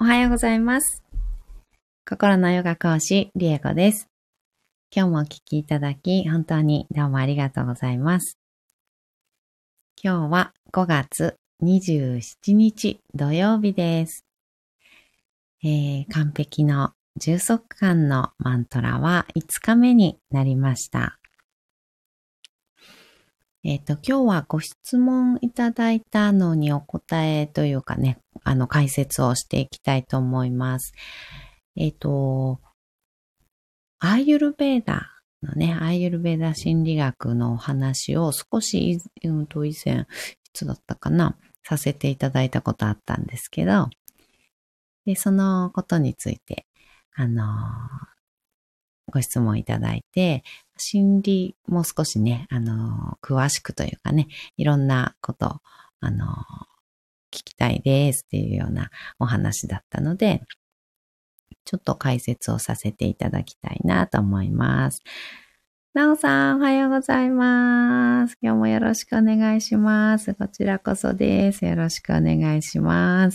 おはようございます。心のヨガ講師、リエコです。今日もお聞きいただき、本当にどうもありがとうございます。今日は5月27日土曜日です。完璧の充足感のマントラは5日目になりました。今日はご質問いただいたのにお答えというかね、解説をしていきたいと思います。アーユルヴェーダのね、アーユルヴェーダ心理学のお話を少し以前、いつだったかな、させていただいたことあったんですけど、で、そのことについて、ご質問いただいて、心理もう少しね、詳しくというかね、いろんなこと、聞きたいですっていうようなお話だったので、ちょっと解説をさせていただきたいなと思います。なおさん、おはようございます。今日もよろしくお願いします。こちらこそです。よろしくお願いします。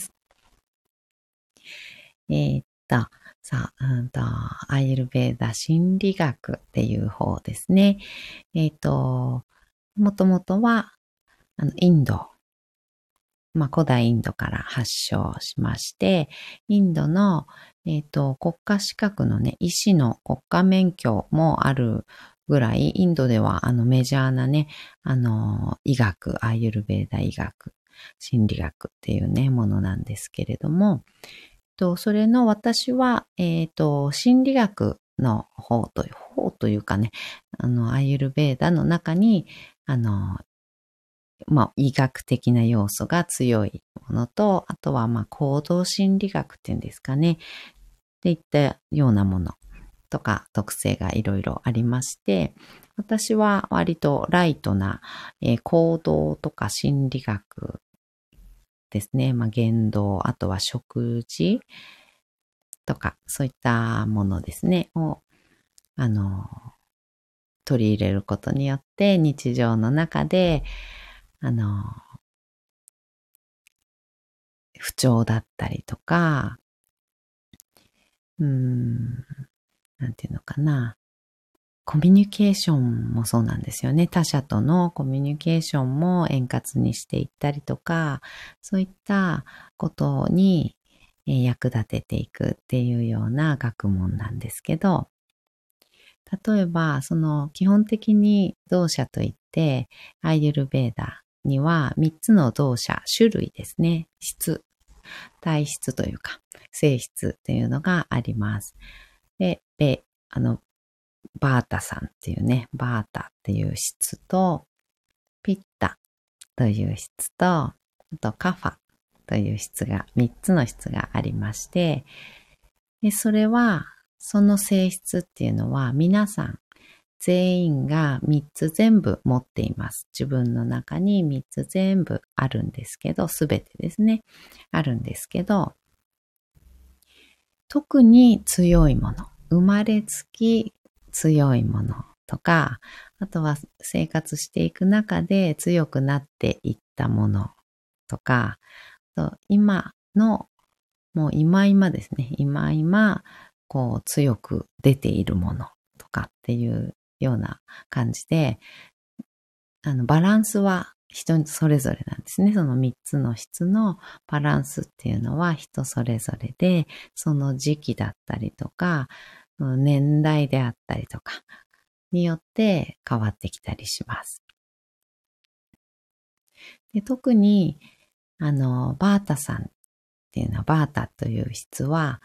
アーユルヴェーダ心理学っていう方ですね。もともとは、インド、古代インドから発祥しまして、インドの、国家資格のね、医師の国家免許もあるぐらい、インドではメジャーなね、医学、アーユルヴェーダ医学、心理学っていうね、ものなんですけれども、それの私は、心理学の方というかね、アーユルヴェーダの中に、医学的な要素が強いものと、あとは行動心理学っていうんですかね。っていったようなものとか特性がいろいろありまして、私は割とライトな、行動とか心理学ですね。言動、あとは食事とかそういったものですね。を、取り入れることによって日常の中で、不調だったりとか、なんていうのかな。コミュニケーションもそうなんですよね。他者とのコミュニケーションも円滑にしていったりとか、そういったことに役立てていくっていうような学問なんですけど、例えば、基本的に動作といって、アーユルヴェーダには3つの動作、種類ですね。体質というか、性質っていうのがあります。で、バータさんっていうね、バータっていう質と、ピッタという質と、あとカファという質が、3つの質がありまして、で、それは、その性質っていうのは皆さん全員が3つ全部持っています。自分の中に3つ全部あるんですけど、すべてですね、あるんですけど、特に強いもの、生まれつき強いものとか、あとは生活していく中で強くなっていったものとか、今の、もう今ですね、今、強く出ているものとかっていうような感じで、バランスは人それぞれなんですね。その3つの質のバランスっていうのは人それぞれで、その時期だったりとか、年代であったりとかによって変わってきたりします。で、特に、バータさんっていうのは、バータという質は、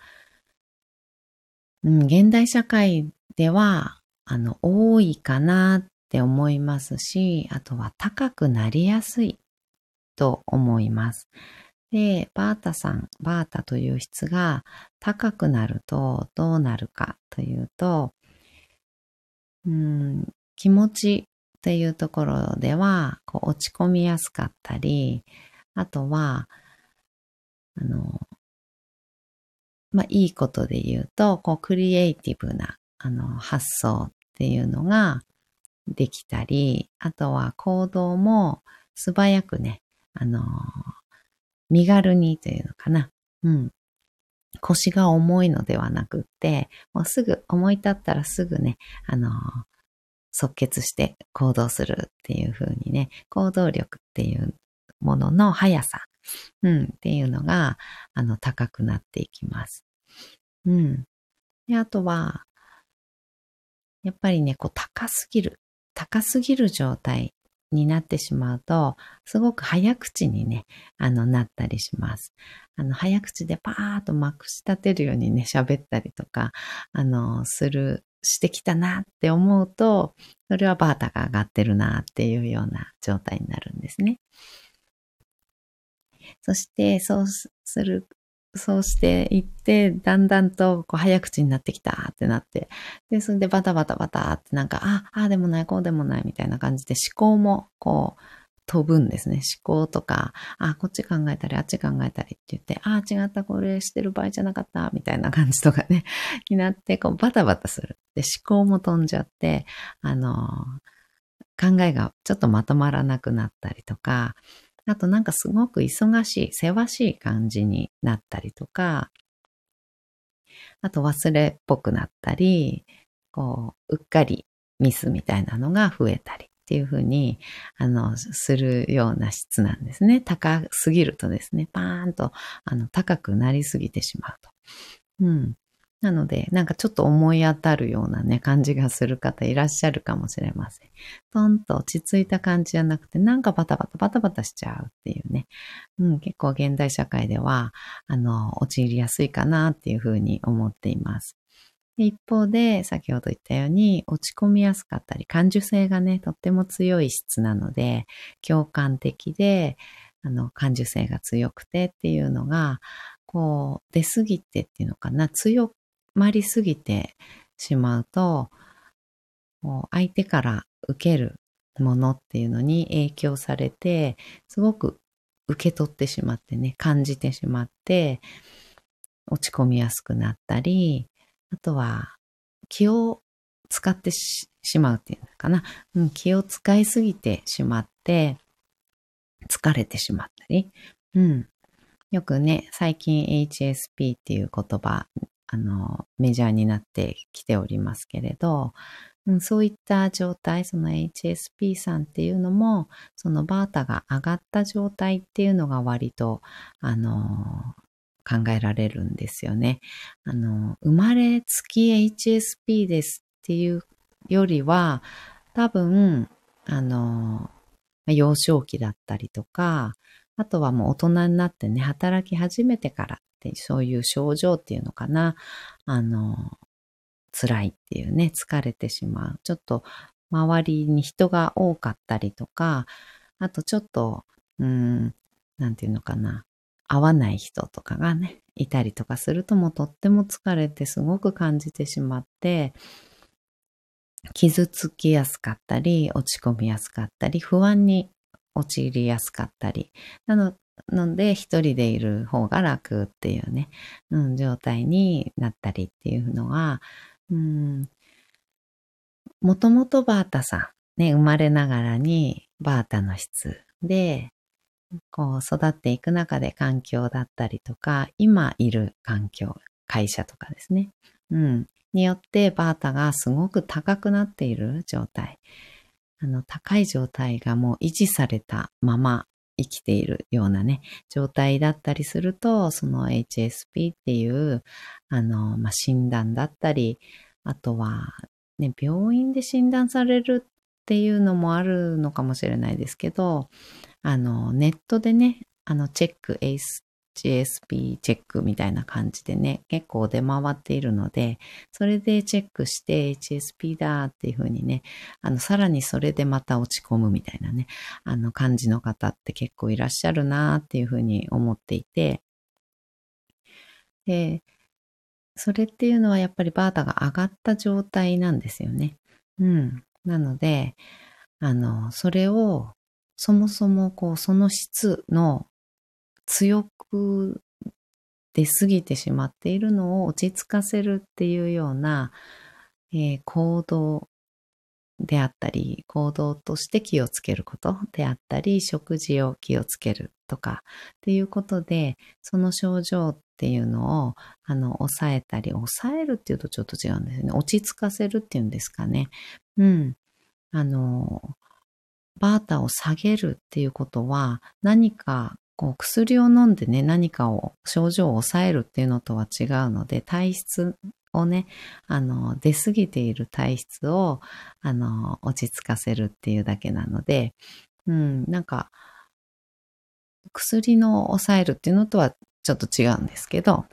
現代社会では、多いかなって思いますし、あとは高くなりやすいと思います。で、バータという質が高くなるとどうなるかというと、気持ちっていうところでは、落ち込みやすかったり、あとは、いいことで言うと、クリエイティブな、発想っていうのができたり、あとは行動も素早くね、身軽にというのかな。 腰が重いのではなくって、もうすぐ思い立ったらすぐね、即決して行動するっていう風にね、行動力っていうものの速さ、っていうのが、高くなっていきます。で、あとは、やっぱりね、こう高すぎる状態になってしまうと、すごく早口にね、なったりします。早口でパーッとまくし立てるようにね、喋ったりとか、してきたなって思うと、それはバータが上がってるなっていうような状態になるんですね。そして、そうしていって、だんだんとこう早口になってきたってなって、で、それでバタバタバタってなんか、あでもない、こうでもないみたいな感じで思考もこう飛ぶんですね。思考とか、こっち考えたり、あっち考えたりって言って、違った、これしてる場合じゃなかった、みたいな感じとかね、になって、こうバタバタする。で、思考も飛んじゃって、考えがちょっとまとまらなくなったりとか、あとなんかすごく忙しい、せわしい感じになったりとか、あと忘れっぽくなったり、こう、うっかりミスみたいなのが増えたりっていうふうに、するような質なんですね。高すぎるとですね、パーンと、高くなりすぎてしまうと。なので、なんかちょっと思い当たるようなね、感じがする方いらっしゃるかもしれません。トンと落ち着いた感じじゃなくて、なんかバタバタバタバタしちゃうっていうね。結構現代社会では、陥りやすいかなっていうふうに思っています。一方で、先ほど言ったように、落ち込みやすかったり、感受性がね、とっても強い質なので、共感的で、感受性が強くてっていうのが、こう、出すぎてっていうのかな、強まりすぎてしまうと、相手から受けるものっていうのに影響されて、すごく受け取ってしまってね、感じてしまって、落ち込みやすくなったり、あとは気を使ってしまうっていうのかな。気を使いすぎてしまって、疲れてしまったり。よくね、最近 HSP っていう言葉、メジャーになってきておりますけれど、そういった状態、その HSP さんっていうのも、そのバータが上がった状態っていうのが割と、考えられるんですよね。生まれつき HSP ですっていうよりは、多分、幼少期だったりとか、あとはもう大人になってね、働き始めてからってそういう症状っていうのかな。辛いっていうね、疲れてしまう。ちょっと周りに人が多かったりとか、あとちょっと、なんていうのかな、合わない人とかがね、いたりとかするともうとっても疲れてすごく感じてしまって、傷つきやすかったり、落ち込みやすかったり、不安に陥りやすかったり、ので一人でいる方が楽っていうね、状態になったりっていうのが、もともとバータさん、ね、生まれながらにバータの質で、こう育っていく中で環境だったりとか、今いる環境、会社とかですね。によってバータがすごく高くなっている状態。高い状態がもう維持されたまま生きているようなね、状態だったりすると、その HSP っていう、診断だったり、あとは、ね、病院で診断されるっていうのもあるのかもしれないですけど、ネットでね、チェック、HSP チェックみたいな感じでね、結構出回っているので、それでチェックして HSP だっていう風にね、さらにそれでまた落ち込むみたいなね、感じの方って結構いらっしゃるなっていう風に思っていて、で、それっていうのはやっぱりバータが上がった状態なんですよね。なので、それを、そもそもこう、その質の強く出過ぎてしまっているのを落ち着かせるっていうような、行動であったり、行動として気をつけることであったり、食事を気をつけるとかっていうことで、その症状っていうのを、抑えたり、抑えるっていうとちょっと違うんですよね。落ち着かせるっていうんですかね。うん。バータを下げるっていうことは、何か薬を飲んでね、何か症状を抑えるっていうのとは違うので、体質をね、出過ぎている体質を、落ち着かせるっていうだけなので、なんか、薬の抑えるっていうのとはちょっと違うんですけど、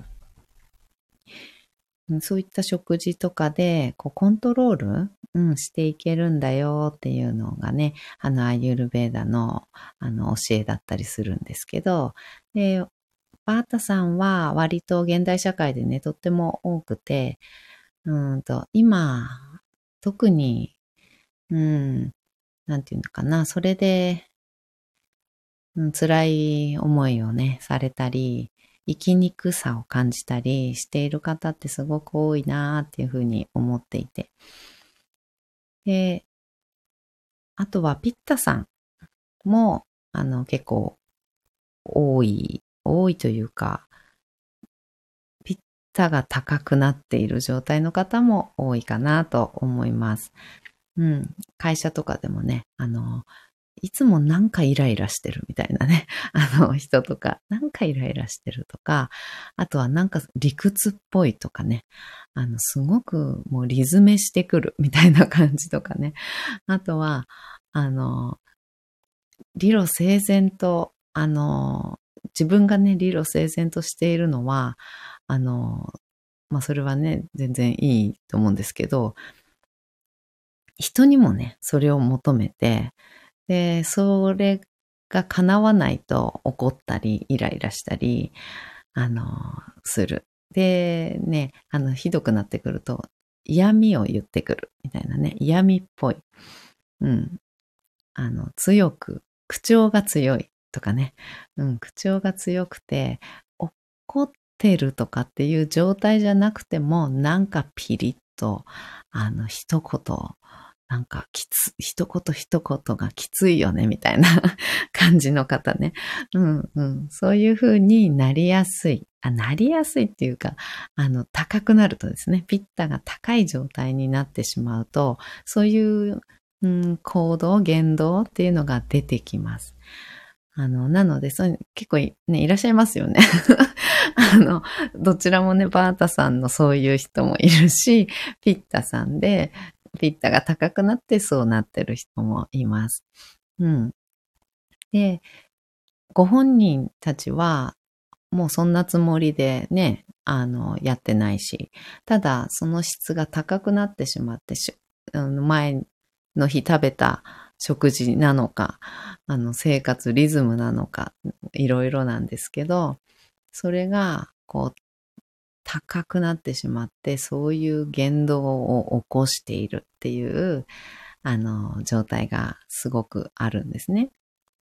そういった食事とかで、コントロール、していけるんだよっていうのがね、アーユルヴェーダの、教えだったりするんですけど、で、バータさんは割と現代社会でね、とっても多くて、今、特に、なんていうのかな、それで、辛い思いをね、されたり、生きにくさを感じたりしている方ってすごく多いなっていうふうに思っていて。で、あとはピッタさんも、結構多いというか、ピッタが高くなっている状態の方も多いかなと思います。会社とかでもね、いつもなんかイライラしてるみたいなね、人とか、なんかイライラしてるとか、あとはなんか理屈っぽいとかね、すごくもうリズメしてくるみたいな感じとかね。あとは、理路整然と、自分がね、理路整然としているのは、それはね、全然いいと思うんですけど、人にもね、それを求めて、で、それが叶わないと怒ったり、イライラしたり、する。で、ね、ひどくなってくると、嫌味を言ってくるみたいなね、嫌味っぽい。うん。口調が強いとかね。口調が強くて、怒ってるとかっていう状態じゃなくても、なんかピリッと、一言、なんか一言一言がきついよね、みたいな感じの方ね。そういう風になりやすい。なりやすいっていうか、高くなるとですね、ピッタが高い状態になってしまうと、そういう行動、言動っていうのが出てきます。なので、結構ね、いらっしゃいますよね。どちらもね、バータさんのそういう人もいるし、ピッタさんで、ピッタが高くなってそうなってる人もいます。で、ご本人たちは、もうそんなつもりでね、やってないし、ただその質が高くなってしまって前の日食べた食事なのか、生活リズムなのか、いろいろなんですけど、それが、高くなってしまって、そういう言動を起こしているっていう、状態がすごくあるんですね。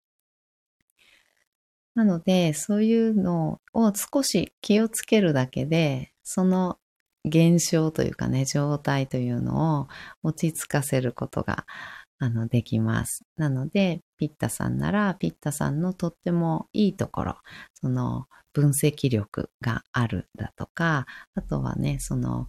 なので、そういうのを少し気をつけるだけで、その現象というかね、状態というのを落ち着かせることが、できます。なので、ピッタさんなら、ピッタさんのとってもいいところ、その分析力があるだとか、あとはね、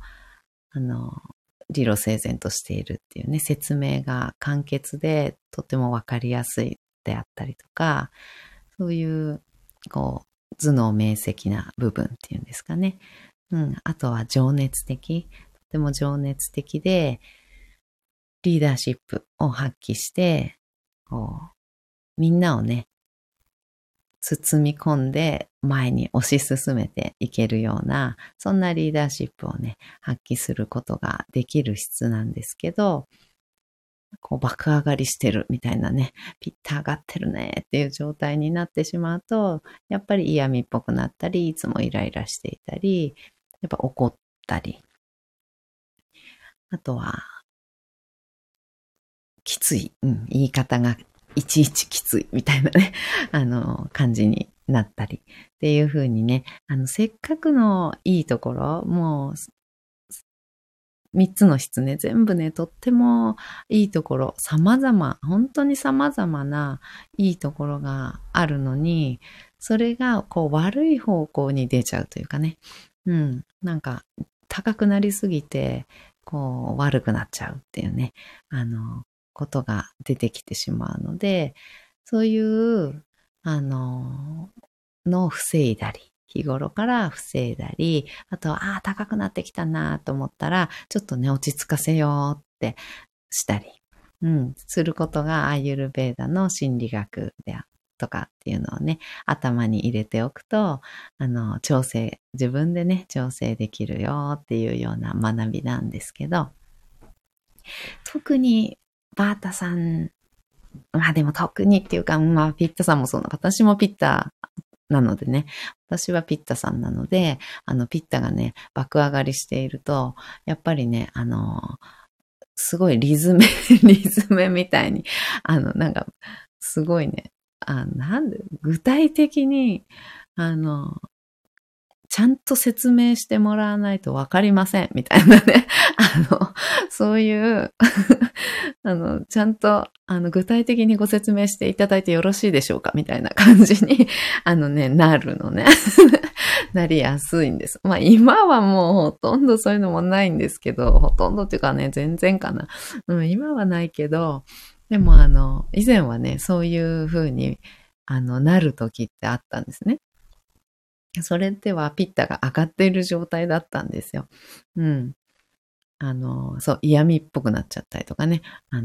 理路整然としているっていうね、説明が簡潔でとってもわかりやすいであったりとか、そういう、頭脳明晰な部分っていうんですかね。あとは情熱的。とても情熱的で、リーダーシップを発揮して、みんなをね、包み込んで前に推し進めていけるような、そんなリーダーシップをね、発揮することができる質なんですけど、爆上がりしてるみたいなね、ピッタ上がってるねっていう状態になってしまうと、やっぱり嫌味っぽくなったり、いつもイライラしていたり、やっぱ怒ったり、あとは、きつい、言い方がいちいちきついみたいなね、感じになったりっていう風にね、せっかくのいいところ、もう 3つの質ね、全部ね、とってもいいところ、本当に様々ないいところがあるのに、それがこう悪い方向に出ちゃうというかね。なんか高くなりすぎて、こう悪くなっちゃうっていうね、ことが出てきてしまうので、そういう、のを防いだり、日頃から防いだり、あとは、高くなってきたなと思ったら、ちょっとね、落ち着かせようってしたり、することがアーユルヴェーダの心理学でとかっていうのをね、頭に入れておくと、自分でね、調整できるよっていうような学びなんですけど、特にバータさん、でも特にっていうか、ピッタさんもそうな、私もピッタなのでね、私はピッタさんなので、ピッタがね、爆上がりしていると、やっぱりね、すごいリズメ、リズメみたいに、なんか、すごいね、具体的に、ちゃんと説明してもらわないとわかりません、みたいなね。そういうちゃんと、具体的にご説明していただいてよろしいでしょうかみたいな感じに、なるのね。なりやすいんです。今はもうほとんどそういうのもないんですけど、ほとんどっていうかね、全然かな。今はないけど、でも以前はね、そういう風に、なる時ってあったんですね。それではピッタが上がっている状態だったんですよ。うん。そう、嫌味っぽくなっちゃったりとかね。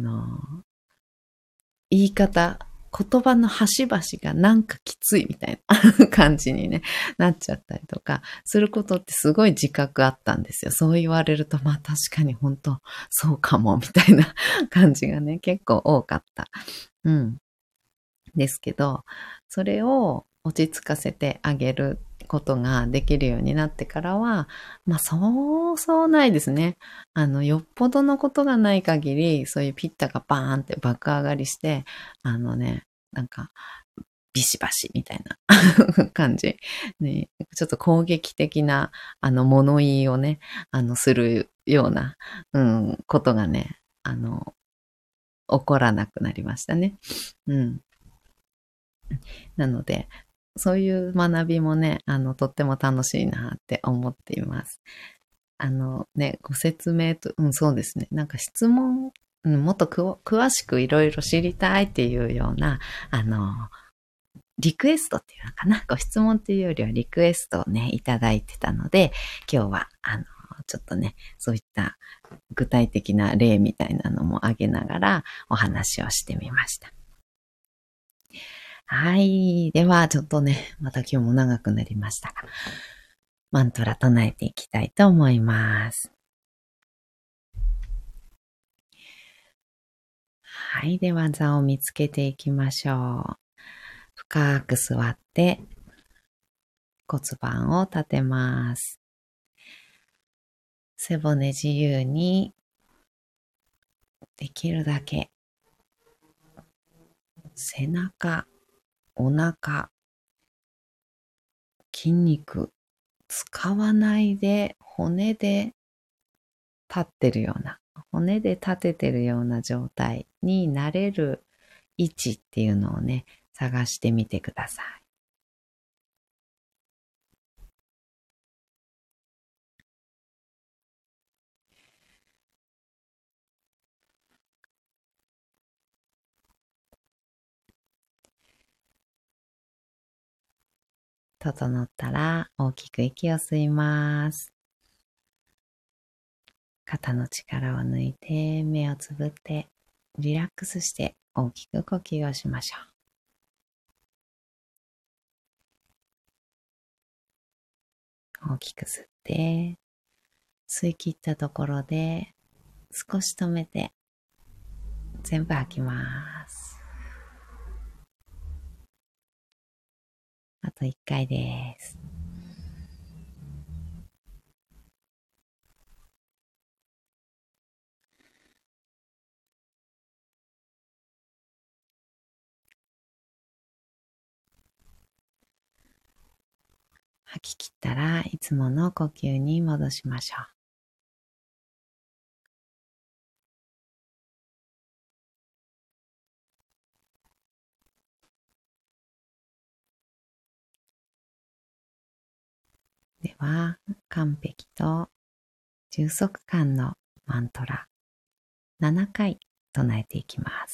言い方、言葉の端々がなんかきついみたいな感じにね、なっちゃったりとか、することってすごい自覚あったんですよ。そう言われると、確かに本当そうかも、みたいな感じがね、結構多かった。うん。ですけど、それを落ち着かせてあげることができるようになってからは、そうそうないですね。よっぽどのことがない限り、そういうピッタがバーンって爆上がりして、なんか、ビシバシみたいな感じ。ね、ちょっと攻撃的な、物言いをね、するような、ことがね、起こらなくなりましたね。うん。なので、そういう学びもね、とっても楽しいなって思っています。ご説明と、そうですね。なんか質問、もっと詳しくいろいろ知りたいっていうような、リクエストっていうのかな。ご質問っていうよりはリクエストをね、いただいてたので、今日は、ちょっとね、そういった具体的な例みたいなのも挙げながらお話をしてみました。はい。では、ちょっとね、また今日も長くなりましたが、マントラ唱えていきたいと思います。はい。では、座を見つけていきましょう。深く座って、骨盤を立てます。背骨自由に、できるだけ、背中、お腹、筋肉、使わないで骨で立ってるような、骨で立ててるような状態になれる位置っていうのをね、探してみてください。整ったら大きく息を吸います。肩の力を抜いて目をつぶってリラックスして大きく呼吸をしましょう。大きく吸って吸い切ったところで少し止めて全部吐きます。あと1回です。吐き切ったらいつもの呼吸に戻しましょう。 では、完璧と充足感のマントラ7回唱えていきます。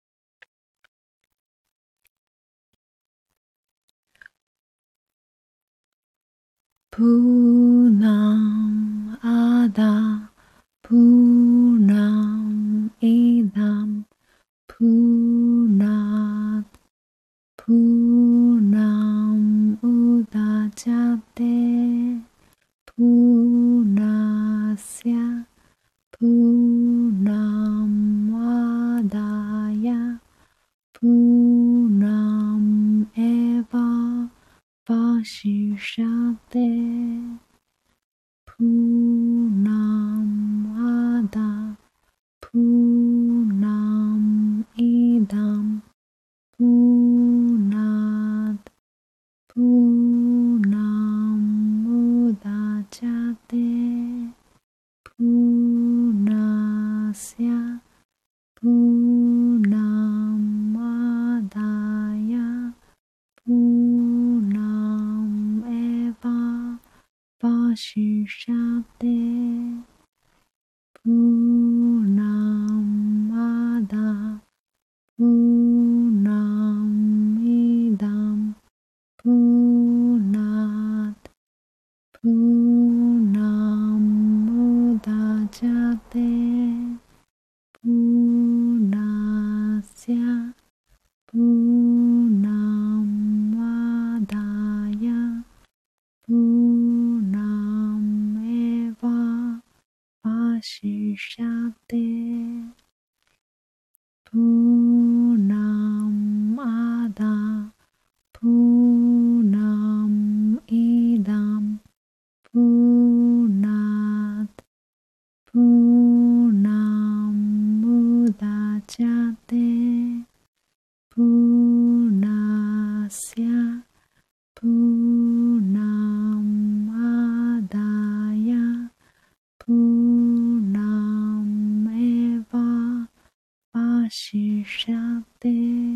プーナムアダプーナムイダムプーナプーナムウダジャテプーナスヤプーナムアダヤプーナムエヴァヴァシシャテプーナムアダプーナムイダムプーナプーナムウダチャテプーナスヤプーナムアダヤプーナムエヴァヴァシシャテプーナムアダプーナムイダムプーナプーナムウダジャテプーナスヤプーナムアダヤプーナムエヴァヴァシシャテプーナムアダプーナムイダムプーナプーナムウダチャテプーナスヤプーナムアダヤプーナムエヴァヴァシシャテ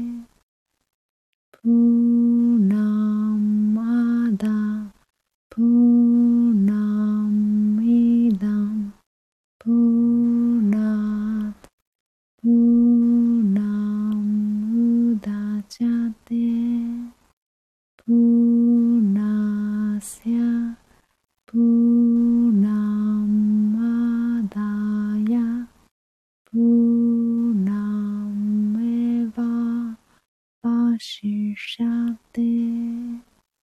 プーナムアダプーナムイダムプーナプーナムウダチャテプーナスヤプーナムアダヤプーナムエヴァヴァシシャテ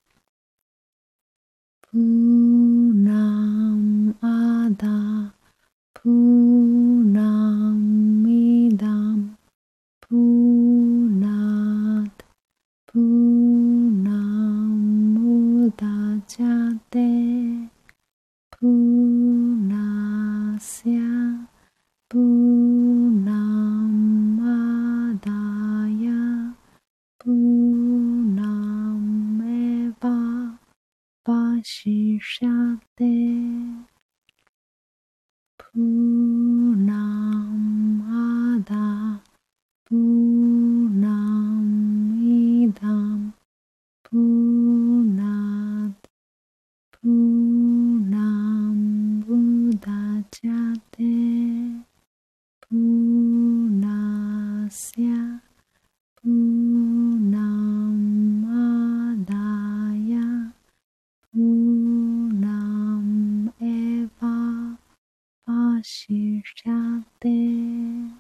プーナムアダプーナムイダムプーナプーナムウダチャテプーナスヤプーナムアダヤプーナムエヴァヴァシシャテプーナムアダプーナムイダムプーナプーナムウダチャテプーナスヤプーナムアダヤプーナムエヴァヴァシシャテ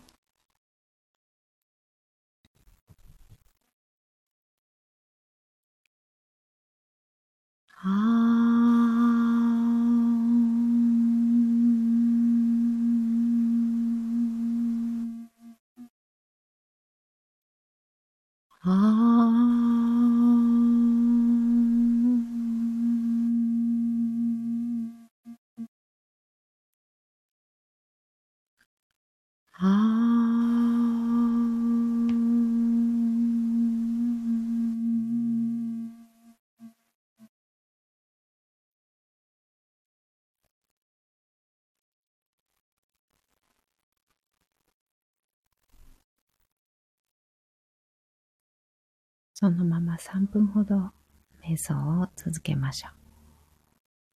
そのまま3分ほど瞑想を続けましょう。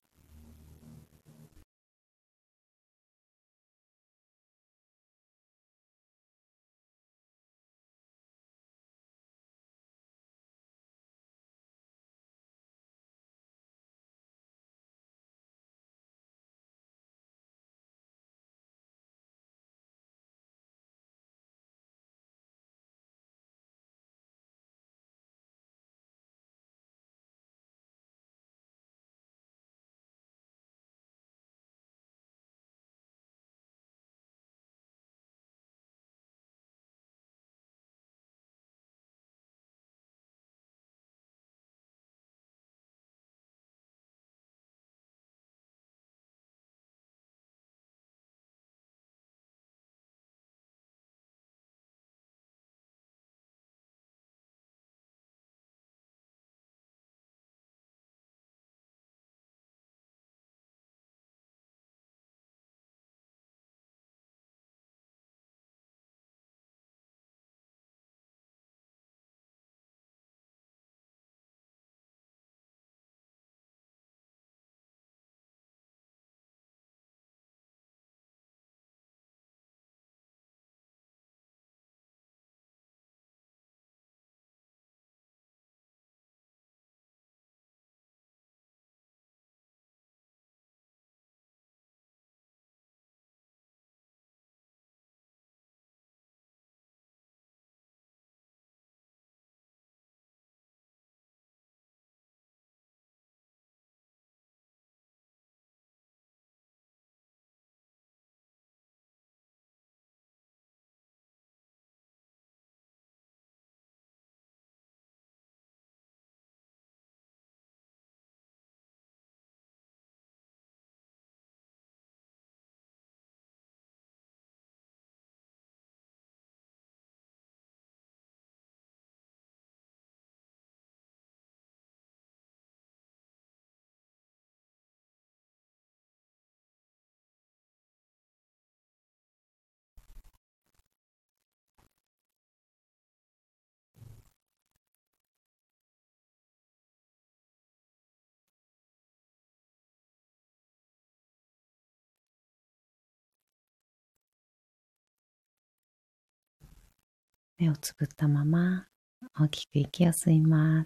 目をつぶったまま大きく息を吸います。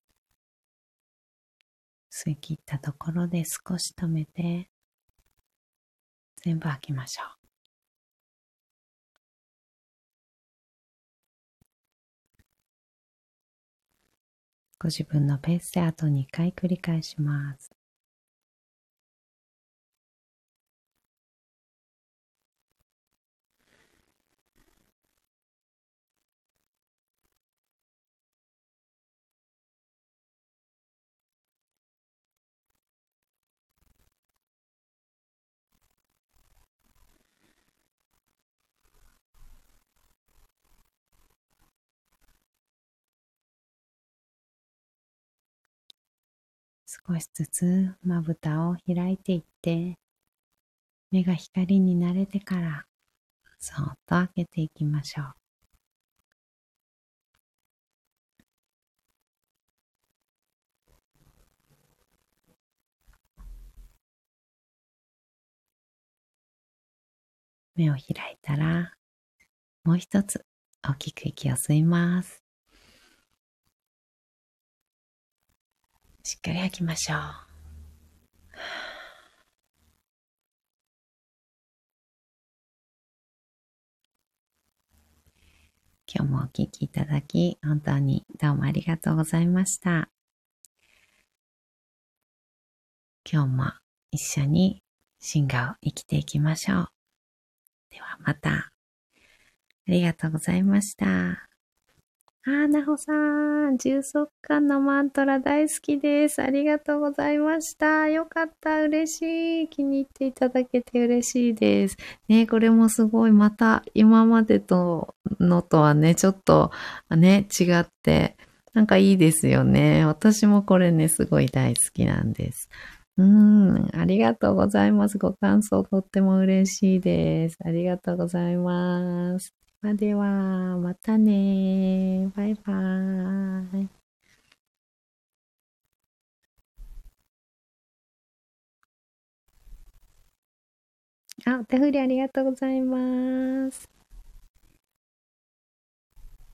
吸い切ったところで少し止めて全部吐きましょう。ご自分のペースであと2回繰り返します。少しずつまぶたを開いていって、目が光に慣れてからそーっと開けていきましょう。目を開いたらもう一つ大きく息を吸います。しっかり吐きましょう。今日もお聞きいただき本当にどうもありがとうございました。今日も一緒に真我を生きていきましょう。ではまた。ありがとうございました。なほさん、充足感のマントラ大好きです。ありがとうございました。よかった。嬉しい。気に入っていただけて嬉しいです。ね、これもすごい、また今までとのとはね、ちょっとね、違って、なんかいいですよね。私もこれね、すごい大好きなんです。ありがとうございます。ご感想とっても嬉しいです。ありがとうございます。では、またね。バイバーイ。お手振りありがとうございます。